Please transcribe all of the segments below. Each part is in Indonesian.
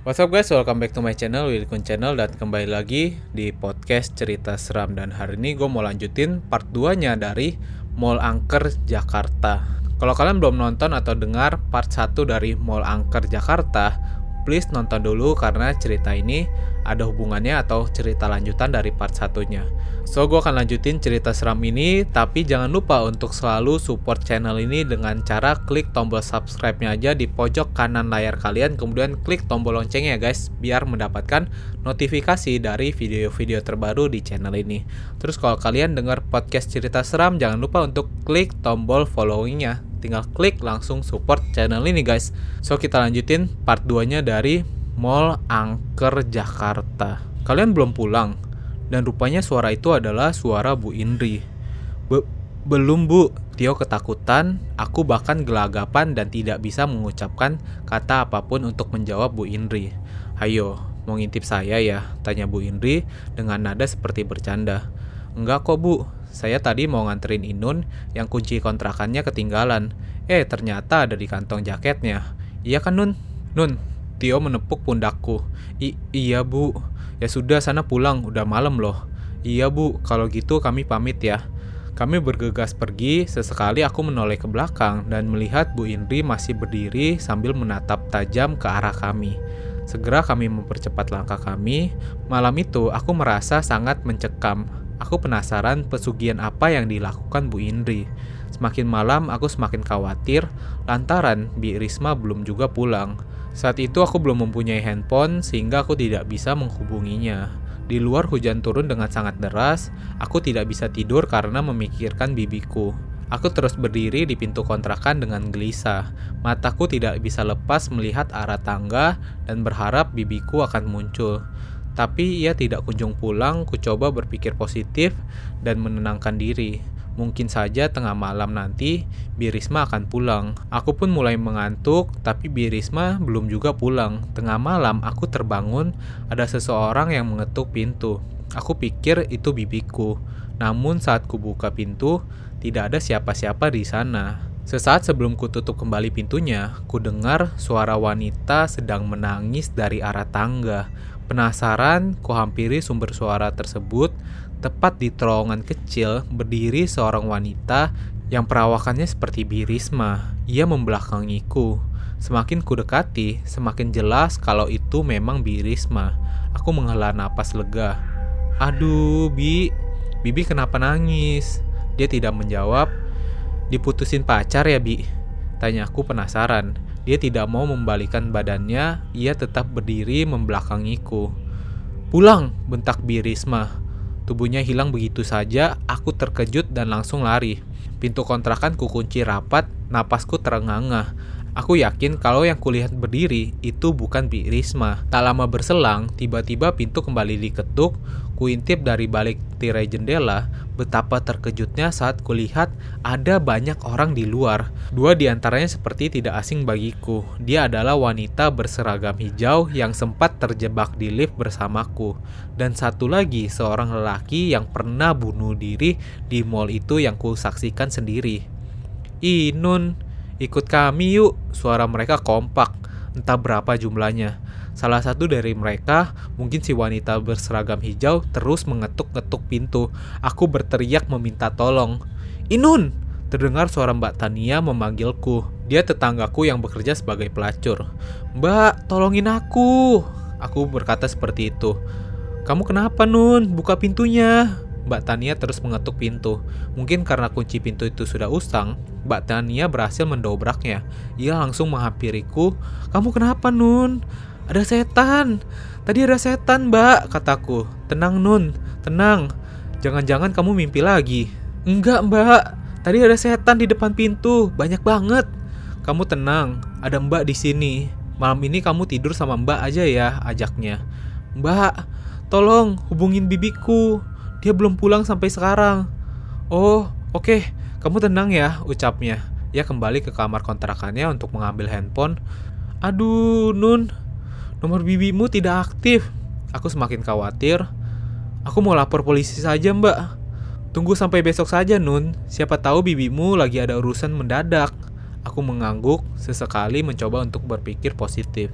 What's up guys, welcome back to my channel, Wilkun Channel. Dan kembali lagi di podcast cerita seram. Dan hari ini gue mau lanjutin part 2 nya dari Mall Angker Jakarta. Kalau kalian belum nonton atau dengar part 1 dari Mall Angker Jakarta, please nonton dulu karena cerita ini ada hubungannya atau cerita lanjutan dari part 1-nya. So, gue akan lanjutin cerita seram ini, tapi jangan lupa untuk selalu support channel ini dengan cara klik tombol subscribe-nya aja di pojok kanan layar kalian, kemudian klik tombol loncengnya guys, biar mendapatkan notifikasi dari video-video terbaru di channel ini. Terus kalau kalian dengar podcast cerita seram, jangan lupa untuk klik tombol following-nya. Tinggal klik langsung support channel ini guys. So, kita lanjutin part 2-nya dari Mall Angker Jakarta. Kalian belum pulang? Dan rupanya suara itu adalah suara Bu Indri. Belum Bu, Tio ketakutan. Aku bahkan gelagapan dan tidak bisa mengucapkan kata apapun untuk menjawab Bu Indri. Hayo, mau ngintip saya ya? Tanya Bu Indri dengan nada seperti bercanda. Enggak kok Bu, saya tadi mau nganterin Inun yang kunci kontrakannya ketinggalan. Ternyata ada di kantong jaketnya. Iya kan Nun? Nun, Tio menepuk pundakku. Iya Bu. Ya sudah, sana pulang, udah malam loh. Iya Bu, kalau gitu kami pamit ya. Kami bergegas pergi, sesekali aku menoleh ke belakang dan melihat Bu Indri masih berdiri sambil menatap tajam ke arah kami. Segera kami mempercepat langkah kami. Malam itu aku merasa sangat mencekam. Aku penasaran pesugihan apa yang dilakukan Bu Indri. Semakin malam aku semakin khawatir lantaran Bi Risma belum juga pulang. Saat itu aku belum mempunyai handphone sehingga aku tidak bisa menghubunginya. Di luar hujan turun dengan sangat deras, aku tidak bisa tidur karena memikirkan bibiku. Aku terus berdiri di pintu kontrakan dengan gelisah. Mataku tidak bisa lepas melihat arah tangga dan berharap bibiku akan muncul. Tapi ia tidak kunjung pulang. Ku coba berpikir positif dan menenangkan diri. Mungkin saja tengah malam nanti Bi Risma akan pulang. Aku pun mulai mengantuk, tapi Bi Risma belum juga pulang. Tengah malam aku terbangun, ada seseorang yang mengetuk pintu. Aku pikir itu bibiku. Namun saat ku buka pintu, tidak ada siapa-siapa di sana. Sesaat sebelum ku tutup kembali pintunya, ku dengar suara wanita sedang menangis dari arah tangga. Penasaran, ku hampiri sumber suara tersebut. Tepat di terowongan kecil, berdiri seorang wanita yang perawakannya seperti Bi Risma. Ia membelakangiku. Semakin ku dekati, semakin jelas kalau itu memang Bi Risma. Aku menghela napas lega. Aduh, Bibi kenapa nangis? Dia tidak menjawab. Diputusin pacar ya, Bi? Tanyaku penasaran. Dia tidak mau membalikan badannya, ia tetap berdiri membelakangiku. Pulang, bentak Bi Risma. Tubuhnya hilang begitu saja, aku terkejut dan langsung lari. Pintu kontrakan kukunci rapat, napasku terengah-engah. Aku yakin kalau yang kulihat berdiri itu bukan Bi Risma. Tak lama berselang, tiba-tiba pintu kembali diketuk. Kuintip dari balik tirai jendela, betapa terkejutnya saat kulihat ada banyak orang di luar. Dua di antaranya seperti tidak asing bagiku. Dia adalah wanita berseragam hijau yang sempat terjebak di lift bersamaku. Dan satu lagi seorang lelaki yang pernah bunuh diri di mall itu yang kusaksikan sendiri. Nun, ikut kami yuk, suara mereka kompak, entah berapa jumlahnya. Salah satu dari mereka, mungkin si wanita berseragam hijau, terus mengetuk-ngetuk pintu. Aku berteriak meminta tolong. Inun! Terdengar suara Mbak Tania memanggilku. Dia tetanggaku yang bekerja sebagai pelacur. Mbak, tolongin aku! Aku berkata seperti itu. Kamu kenapa Nun? Buka pintunya! Mbak Tania terus mengetuk pintu. Mungkin karena kunci pintu itu sudah usang, Mbak Tania berhasil mendobraknya. Ia langsung menghampiriku. Kamu kenapa Nun? Ada setan. Tadi ada setan Mbak, kataku. Tenang Nun, tenang. Jangan-jangan kamu mimpi lagi. Enggak Mbak, tadi ada setan di depan pintu, banyak banget. Kamu tenang, ada Mbak di sini. Malam ini kamu tidur sama Mbak aja ya, ajaknya. Mbak, tolong hubungin bibiku. Dia belum pulang sampai sekarang. Oh, oke. Kamu tenang ya, ucapnya. Ia kembali ke kamar kontrakannya untuk mengambil handphone. Aduh, Nun. Nomor bibimu tidak aktif. Aku semakin khawatir. Aku mau lapor polisi saja, Mbak. Tunggu sampai besok saja, Nun. Siapa tahu bibimu lagi ada urusan mendadak. Aku mengangguk, sesekali mencoba untuk berpikir positif.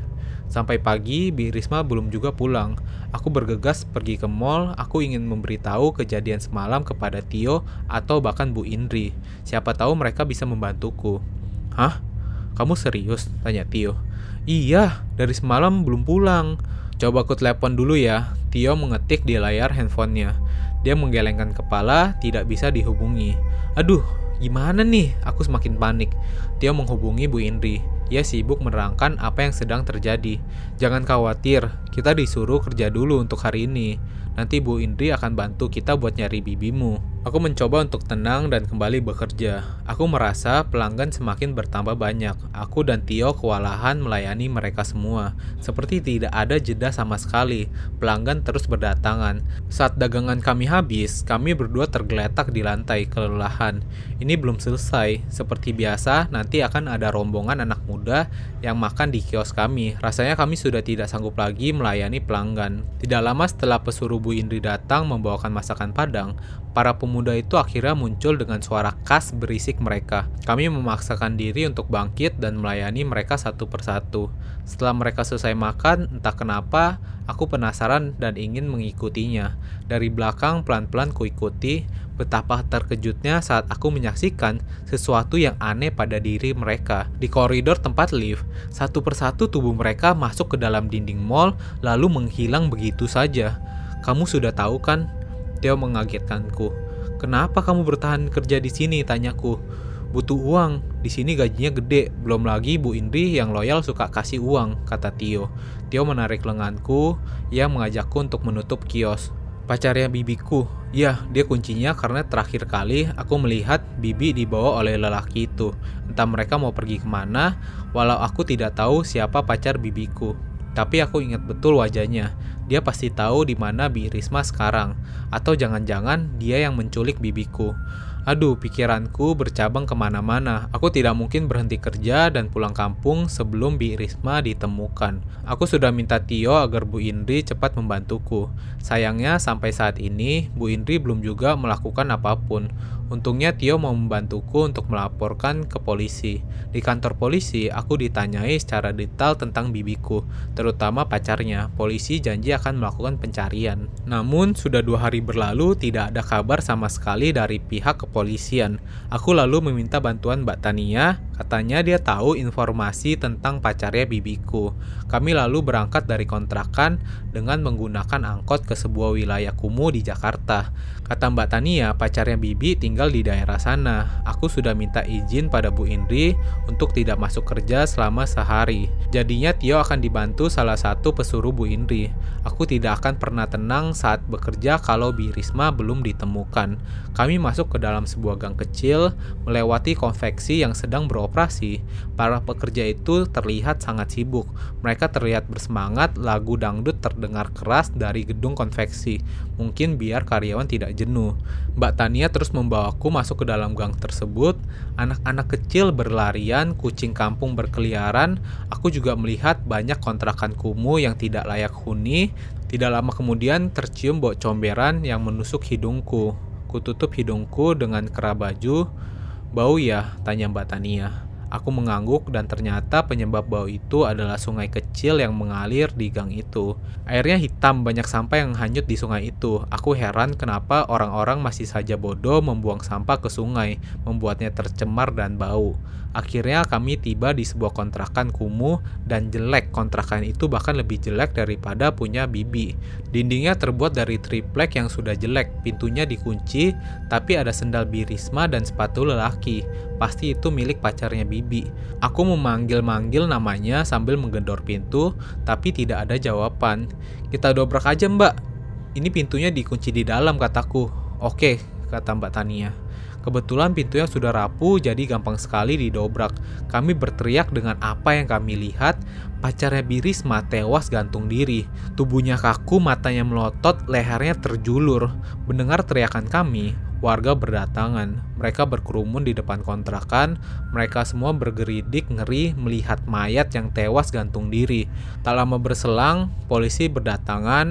Sampai pagi, Bi Risma belum juga pulang. Aku bergegas pergi ke mall, aku ingin memberitahu kejadian semalam kepada Tio atau bahkan Bu Indri. Siapa tahu mereka bisa membantuku. Hah? Kamu serius? Tanya Tio. Iya, dari semalam belum pulang. Coba aku telepon dulu ya. Tio mengetik di layar handphonenya. Dia menggelengkan kepala, tidak bisa dihubungi. Aduh, gimana nih? Aku semakin panik. Tio menghubungi Bu Indri. Ia sibuk menerangkan apa yang sedang terjadi. Jangan khawatir, kita disuruh kerja dulu untuk hari ini. Nanti Bu Indri akan bantu kita buat nyari bibimu. Aku mencoba untuk tenang dan kembali bekerja. Aku merasa pelanggan semakin bertambah banyak. Aku dan Tio kewalahan melayani mereka semua. Seperti tidak ada jeda sama sekali. Pelanggan terus berdatangan. Saat dagangan kami habis, kami berdua tergeletak di lantai kelelahan. Ini belum selesai. Seperti biasa, nanti akan ada rombongan anak muda yang makan di kios kami. Rasanya kami sudah tidak sanggup lagi melayani pelanggan. Tidak lama setelah pesuruh Bu Indri datang membawakan masakan Padang, para pemuda itu akhirnya muncul dengan suara khas berisik mereka. Kami memaksakan diri untuk bangkit dan melayani mereka satu persatu. Setelah mereka selesai makan, entah kenapa, aku penasaran dan ingin mengikutinya. Dari belakang pelan-pelan kuikuti, betapa terkejutnya saat aku menyaksikan sesuatu yang aneh pada diri mereka. Di koridor tempat lift, satu persatu tubuh mereka masuk ke dalam dinding mall lalu menghilang begitu saja. Kamu sudah tahu kan? Tio mengagetkanku. Kenapa kamu bertahan kerja di sini? Tanyaku. Butuh uang. Di sini gajinya gede. Belum lagi Bu Indri yang loyal suka kasih uang, kata Tio. Tio menarik lenganku. Ia mengajakku untuk menutup kios. Pacarnya bibiku. Ya, dia kuncinya karena terakhir kali aku melihat bibi dibawa oleh lelaki itu. Entah mereka mau pergi kemana, walau aku tidak tahu siapa pacar bibiku. Tapi aku ingat betul wajahnya. Dia pasti tahu di mana Bi Risma sekarang. Atau jangan-jangan dia yang menculik bibiku. Aduh, pikiranku bercabang kemana-mana. Aku tidak mungkin berhenti kerja dan pulang kampung sebelum Bi Risma ditemukan. Aku sudah minta Tio agar Bu Indri cepat membantuku. Sayangnya sampai saat ini, Bu Indri belum juga melakukan apapun. Untungnya Tio mau membantuku untuk melaporkan ke polisi. Di kantor polisi, aku ditanyai secara detail tentang bibiku, terutama pacarnya. Polisi janji akan melakukan pencarian. Namun, sudah 2 hari berlalu, tidak ada kabar sama sekali dari pihak kepolisian. Aku lalu meminta bantuan Mbak Tania. Katanya dia tahu informasi tentang pacarnya bibiku. Kami lalu berangkat dari kontrakan dengan menggunakan angkot ke sebuah wilayah kumuh di Jakarta. Kata Mbak Tania, pacarnya bibi tinggal di daerah sana. Aku sudah minta izin pada Bu Indri untuk tidak masuk kerja selama sehari. Jadinya Tio akan dibantu salah satu pesuruh Bu Indri. Aku tidak akan pernah tenang saat bekerja kalau Bi Risma belum ditemukan. Kami masuk ke dalam sebuah gang kecil, melewati konveksi yang sedang beroperasi. Para pekerja itu terlihat sangat sibuk. Mereka terlihat bersemangat, lagu dangdut terdengar keras dari gedung konveksi. Mungkin biar karyawan tidak jenuh. Mbak Tania terus membawaku masuk ke dalam gang tersebut. Anak-anak kecil berlarian, kucing kampung berkeliaran. Aku juga melihat banyak kontrakan kumuh yang tidak layak huni. Tidak lama kemudian tercium bau comberan yang menusuk hidungku. Kututup hidungku dengan kerah baju. Bau ya? Tanya Mbak Tania. Aku mengangguk dan ternyata penyebab bau itu adalah sungai kecil yang mengalir di gang itu. Airnya hitam, banyak sampah yang hanyut di sungai itu. Aku heran kenapa orang-orang masih saja bodoh membuang sampah ke sungai, membuatnya tercemar dan bau. Akhirnya kami tiba di sebuah kontrakan kumuh dan jelek. Kontrakan itu bahkan lebih jelek daripada punya bibi. Dindingnya terbuat dari triplek yang sudah jelek. Pintunya dikunci, tapi ada sendal Bi Risma dan sepatu lelaki. Pasti itu milik pacarnya bibi. Aku memanggil-manggil namanya sambil menggedor pintu, tapi tidak ada jawaban. Kita dobrak aja, Mbak. Ini pintunya dikunci di dalam, kataku. Oke, kata Mbak Tania. Kebetulan pintunya sudah rapuh, jadi gampang sekali didobrak. Kami berteriak dengan apa yang kami lihat. Pacarnya Bi Risma tewas gantung diri. Tubuhnya kaku, matanya melotot, lehernya terjulur. Mendengar teriakan kami, warga berdatangan. Mereka berkerumun di depan kontrakan. Mereka semua bergeridik ngeri melihat mayat yang tewas gantung diri. Tak lama berselang, polisi berdatangan.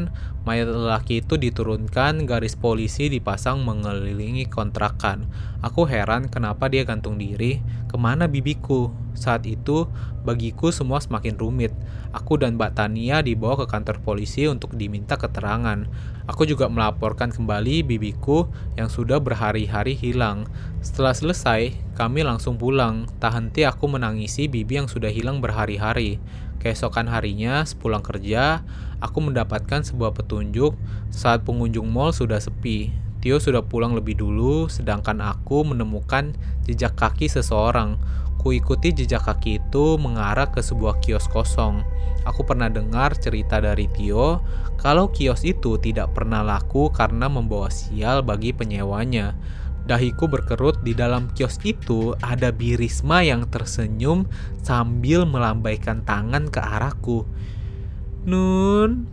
Mayat lelaki itu diturunkan, garis polisi dipasang mengelilingi kontrakan. Aku heran kenapa dia gantung diri, kemana bibiku. Saat itu, bagiku semua semakin rumit. Aku dan Mbak Tania dibawa ke kantor polisi untuk diminta keterangan. Aku juga melaporkan kembali bibiku yang sudah berhari-hari hilang. Setelah selesai, kami langsung pulang. Tak henti aku menangisi bibi yang sudah hilang berhari-hari. Keesokan harinya, sepulang kerja, aku mendapatkan sebuah petunjuk saat pengunjung mal sudah sepi. Tio sudah pulang lebih dulu, sedangkan aku menemukan jejak kaki seseorang. Kuikuti jejak kaki itu mengarah ke sebuah kios kosong. Aku pernah dengar cerita dari Tio kalau kios itu tidak pernah laku karena membawa sial bagi penyewanya. Dahiku berkerut. Di dalam kios itu ada Birisma yang tersenyum sambil melambaikan tangan ke arahku. "Nun,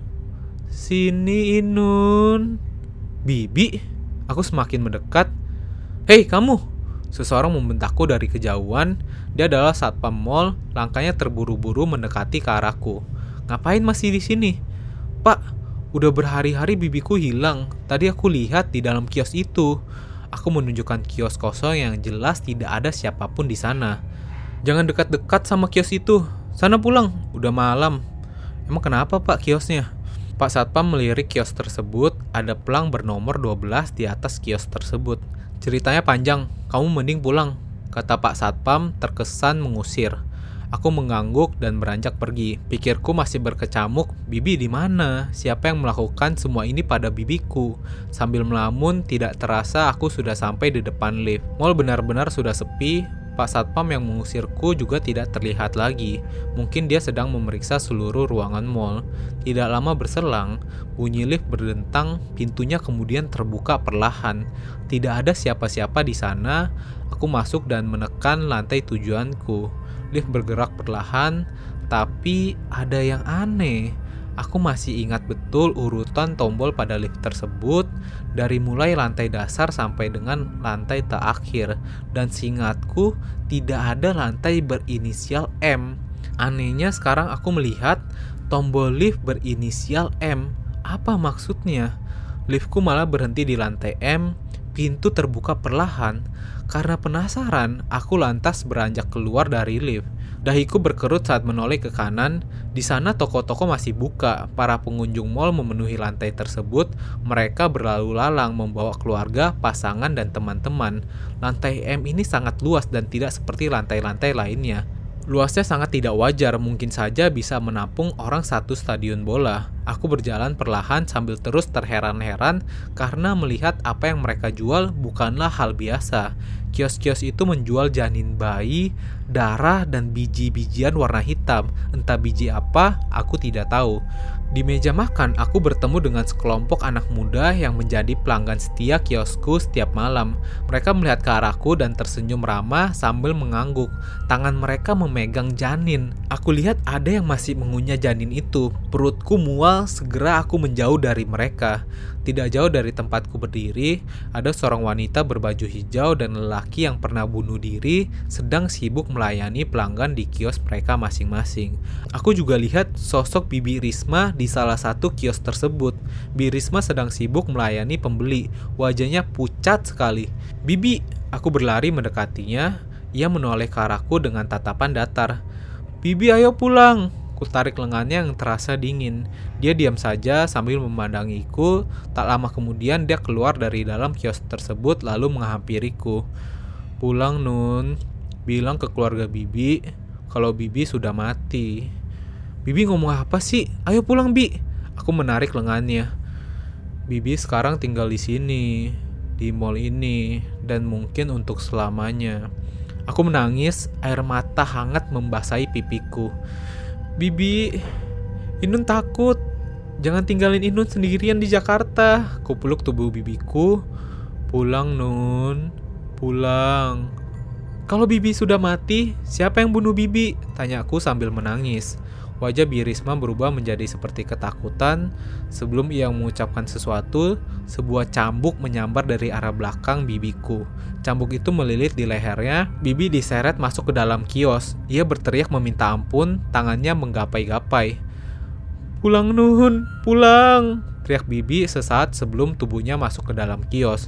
sini Inun." "Bibi?" Aku semakin mendekat. "Hei kamu!" Seseorang membentakku dari kejauhan. Dia adalah satpam mall. Langkahnya terburu-buru mendekati ke arahku. "Ngapain masih di sini?" "Pak, udah berhari-hari bibiku hilang. Tadi aku lihat di dalam kios itu." Aku menunjukkan kios kosong yang jelas tidak ada siapapun di sana. "Jangan dekat-dekat sama kios itu. Sana pulang, udah malam." "Emang kenapa Pak kiosnya?" Pak Satpam melirik kios tersebut. Ada pelang bernomor 12 di atas kios tersebut. "Ceritanya panjang, kamu mending pulang," kata Pak Satpam terkesan mengusir. Aku mengangguk dan beranjak pergi. Pikirku masih berkecamuk, bibi di mana? Siapa yang melakukan semua ini pada bibiku? Sambil melamun, tidak terasa aku sudah sampai di depan lift. Mall benar-benar sudah sepi. Pak Satpam yang mengusirku juga tidak terlihat lagi. Mungkin dia sedang memeriksa seluruh ruangan mall. Tidak lama berselang, bunyi lift berdentang, pintunya kemudian terbuka perlahan. Tidak ada siapa-siapa di sana. Aku masuk dan menekan lantai tujuanku. Lift bergerak perlahan, tapi ada yang aneh. Aku masih ingat betul urutan tombol pada lift tersebut, dari mulai lantai dasar sampai dengan lantai terakhir. Dan seingatku, tidak ada lantai berinisial M. Anehnya sekarang aku melihat tombol lift berinisial M. Apa maksudnya? Liftku malah berhenti di lantai M. Pintu terbuka perlahan. Karena penasaran, aku lantas beranjak keluar dari lift. Dahiku berkerut saat menoleh ke kanan. Di sana toko-toko masih buka. Para pengunjung mal memenuhi lantai tersebut. Mereka berlalu lalang membawa keluarga, pasangan, dan teman-teman. Lantai M ini sangat luas dan tidak seperti lantai-lantai lainnya. Luasnya sangat tidak wajar, mungkin saja bisa menampung orang satu stadion bola. Aku berjalan perlahan sambil terus terheran-heran karena melihat apa yang mereka jual bukanlah hal biasa. Kios-kios itu menjual janin bayi, darah, dan biji-bijian warna hitam. Entah biji apa, aku tidak tahu. Di meja makan, aku bertemu dengan sekelompok anak muda yang menjadi pelanggan setia kiosku setiap malam. Mereka melihat ke arahku dan tersenyum ramah sambil mengangguk. Tangan mereka memegang janin. Aku lihat ada yang masih mengunyah janin itu. Perutku mual, segera aku menjauh dari mereka. Tidak jauh dari tempatku berdiri, ada seorang wanita berbaju hijau dan lelaki yang pernah bunuh diri sedang sibuk melayani pelanggan di kios mereka masing-masing. Aku juga lihat sosok Bibi Risma di salah satu kios tersebut. Bibi Risma sedang sibuk melayani pembeli. Wajahnya pucat sekali. "Bibi!" Aku berlari mendekatinya. Ia menoleh ke arahku dengan tatapan datar. "Bibi, ayo pulang!" Ku tarik lengannya yang terasa dingin. Dia diam saja sambil memandangiku. Tak lama kemudian dia keluar dari dalam kios tersebut lalu menghampiriku. "Pulang, Nun. Bilang ke keluarga Bibi kalau Bibi sudah mati." "Bibi ngomong apa sih? Ayo pulang, Bi." Aku menarik lengannya. "Bibi sekarang tinggal di sini, di mall ini, dan mungkin untuk selamanya." Aku menangis, air mata hangat membasahi pipiku. "Bibi, Inun takut. Jangan tinggalin Inun sendirian di Jakarta." Ku peluk tubuh bibiku. "Pulang, Nun. Pulang." "Kalau Bibi sudah mati, siapa yang bunuh Bibi?" tanyaku sambil menangis. Wajah Birisma berubah menjadi seperti ketakutan. Sebelum ia mengucapkan sesuatu, sebuah cambuk menyambar dari arah belakang bibiku. Cambuk itu melilit di lehernya. Bibi diseret masuk ke dalam kios. Ia berteriak meminta ampun, tangannya menggapai-gapai. "Pulang, Nun, pulang." teriak Bibi sesaat sebelum tubuhnya masuk ke dalam kios.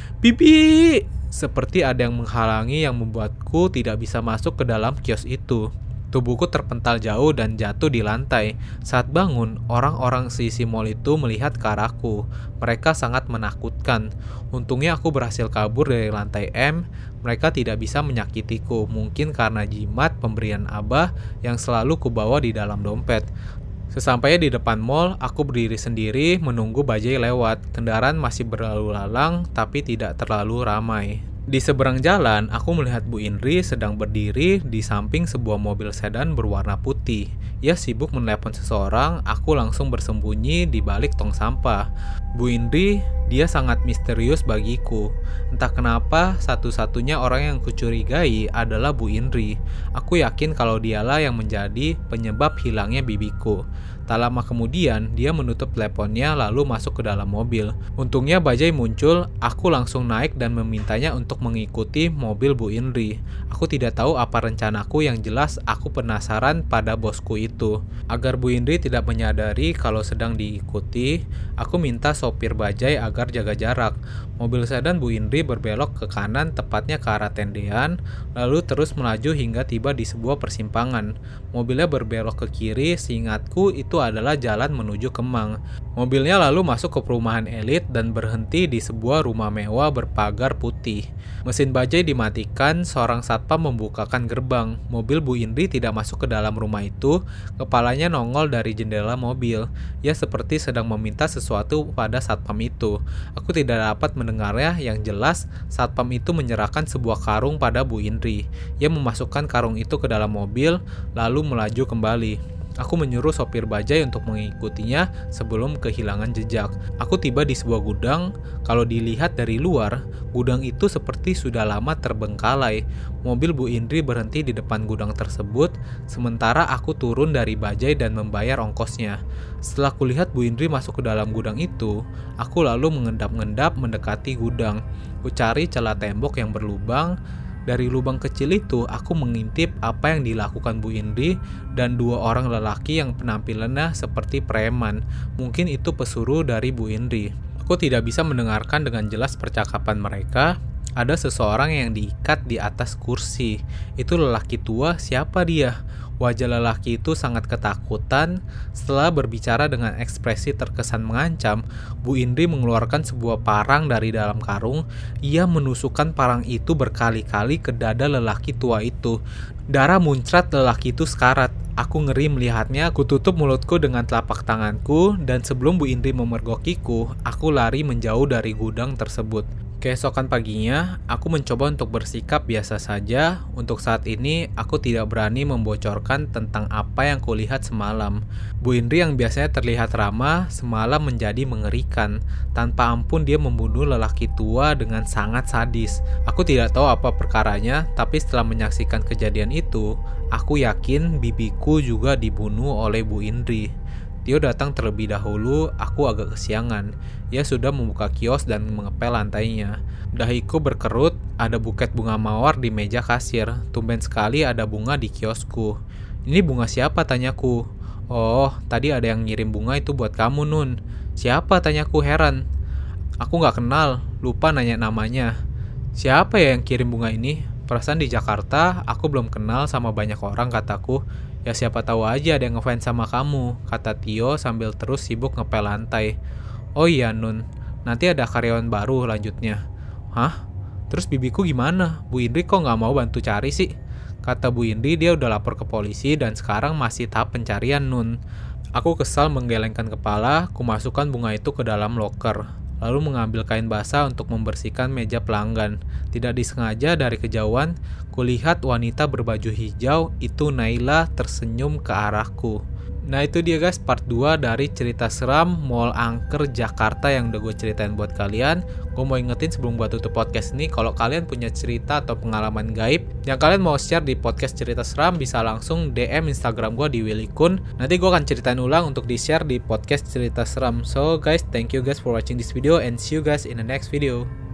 Bibi! Seperti ada yang menghalangi yang membuatku tidak bisa masuk ke dalam kios itu. Tubuhku terpental jauh dan jatuh di lantai. Saat bangun, orang-orang seisi mall itu melihat ke arahku. Mereka sangat menakutkan. Untungnya aku berhasil kabur dari lantai M. Mereka tidak bisa menyakitiku, mungkin karena jimat pemberian Abah yang selalu kubawa di dalam dompet. Sesampainya di depan mall, aku berdiri sendiri menunggu bajai lewat. Kendaraan masih berlalu lalang, tapi tidak terlalu ramai. Di seberang jalan, aku melihat Bu Indri sedang berdiri di samping sebuah mobil sedan berwarna putih. Ia sibuk menelepon seseorang, aku langsung bersembunyi di balik tong sampah. Bu Indri, dia sangat misterius bagiku. Entah kenapa, satu-satunya orang yang kucurigai adalah Bu Indri. Aku yakin kalau dialah yang menjadi penyebab hilangnya bibiku. Tak lama kemudian, dia menutup teleponnya lalu masuk ke dalam mobil. Untungnya bajai muncul, aku langsung naik dan memintanya untuk mengikuti mobil Bu Indri. Aku tidak tahu apa rencanaku, yang jelas aku penasaran pada bosku itu. Agar Bu Indri tidak menyadari kalau sedang diikuti, aku minta sopir bajai agar jaga jarak. Mobil sedan Bu Indri berbelok ke kanan tepatnya ke arah tendean, lalu terus melaju hingga tiba di sebuah persimpangan. Mobilnya berbelok ke kiri, seingatku itu adalah jalan menuju Kemang. Mobilnya lalu masuk ke perumahan elit dan berhenti di sebuah rumah mewah berpagar putih. Mesin bajai dimatikan, seorang satpam membukakan gerbang. Mobil Bu Indri tidak masuk ke dalam rumah itu, kepalanya nongol dari jendela mobil. Ia seperti sedang meminta sesuatu pada satpam itu. Aku tidak dapat mendengarnya, yang jelas satpam itu menyerahkan sebuah karung pada Bu Indri. Ia memasukkan karung itu ke dalam mobil, lalu melaju kembali. Aku menyuruh sopir bajai untuk mengikutinya sebelum kehilangan jejak. Aku tiba di sebuah gudang. Kalau dilihat dari luar, gudang itu seperti sudah lama terbengkalai. Mobil Bu Indri berhenti di depan gudang tersebut, sementara aku turun dari bajai dan membayar ongkosnya. Setelah kulihat Bu Indri masuk ke dalam gudang itu, aku lalu mengendap-endap mendekati gudang. Ku cari celah tembok yang berlubang. Dari lubang kecil itu, aku mengintip apa yang dilakukan Bu Indri dan dua orang lelaki yang penampilannya seperti preman. Mungkin itu pesuruh dari Bu Indri. Aku tidak bisa mendengarkan dengan jelas percakapan mereka. Ada seseorang yang diikat di atas kursi. Itu lelaki tua, siapa dia? Wajah lelaki itu sangat ketakutan. Setelah berbicara dengan ekspresi terkesan mengancam, Bu Indri mengeluarkan sebuah parang dari dalam karung. Ia menusukkan parang itu berkali-kali ke dada lelaki tua itu. Darah muncrat, lelaki itu sekarat. Aku ngeri melihatnya. Aku tutup mulutku dengan telapak tanganku, dan sebelum Bu Indri memergokiku, aku lari menjauh dari gudang tersebut. Keesokan paginya, aku mencoba untuk bersikap biasa saja. Untuk saat ini, aku tidak berani membocorkan tentang apa yang kulihat semalam. Bu Indri yang biasanya terlihat ramah, semalam menjadi mengerikan. Tanpa ampun dia membunuh lelaki tua dengan sangat sadis. Aku tidak tahu apa perkaranya, tapi setelah menyaksikan kejadian itu, aku yakin bibiku juga dibunuh oleh Bu Indri. Tio datang terlebih dahulu, aku agak kesiangan. Ia sudah membuka kios dan mengepel lantainya. Dahiku berkerut, ada buket bunga mawar di meja kasir. Tumben sekali ada bunga di kiosku. Ini bunga siapa, tanyaku. Oh, tadi ada yang ngirim bunga itu buat kamu, Nun. Siapa, tanyaku heran. Aku gak kenal, lupa nanya namanya. Siapa ya yang kirim bunga ini? Perasaan di Jakarta, aku belum kenal sama banyak orang, kataku. Ya siapa tahu aja ada yang ngefans sama kamu, kata Tio sambil terus sibuk ngepel lantai. Oh iya Nun, nanti ada karyawan baru, lanjutnya. Hah? Terus bibiku gimana? Bu Indri kok gak mau bantu cari sih? Kata Bu Indri dia udah lapor ke polisi dan sekarang masih tahap pencarian Nun. Aku kesal menggelengkan kepala, kumasukkan bunga itu ke dalam loker. Lalu mengambil kain basah untuk membersihkan meja pelanggan. Tidak disengaja dari kejauhan, kulihat wanita berbaju hijau itu Naila tersenyum ke arahku. Nah itu dia guys, part 2 dari cerita seram Mall Angker Jakarta yang udah gue ceritain buat kalian. Gue mau ingetin sebelum gue tutup podcast ini, kalau kalian punya cerita atau pengalaman gaib yang kalian mau share di podcast cerita seram, bisa langsung DM Instagram gue di Willy Kun. Nanti gue akan ceritain ulang untuk di share di podcast cerita seram. So guys, thank you guys for watching this video and see you guys in the next video.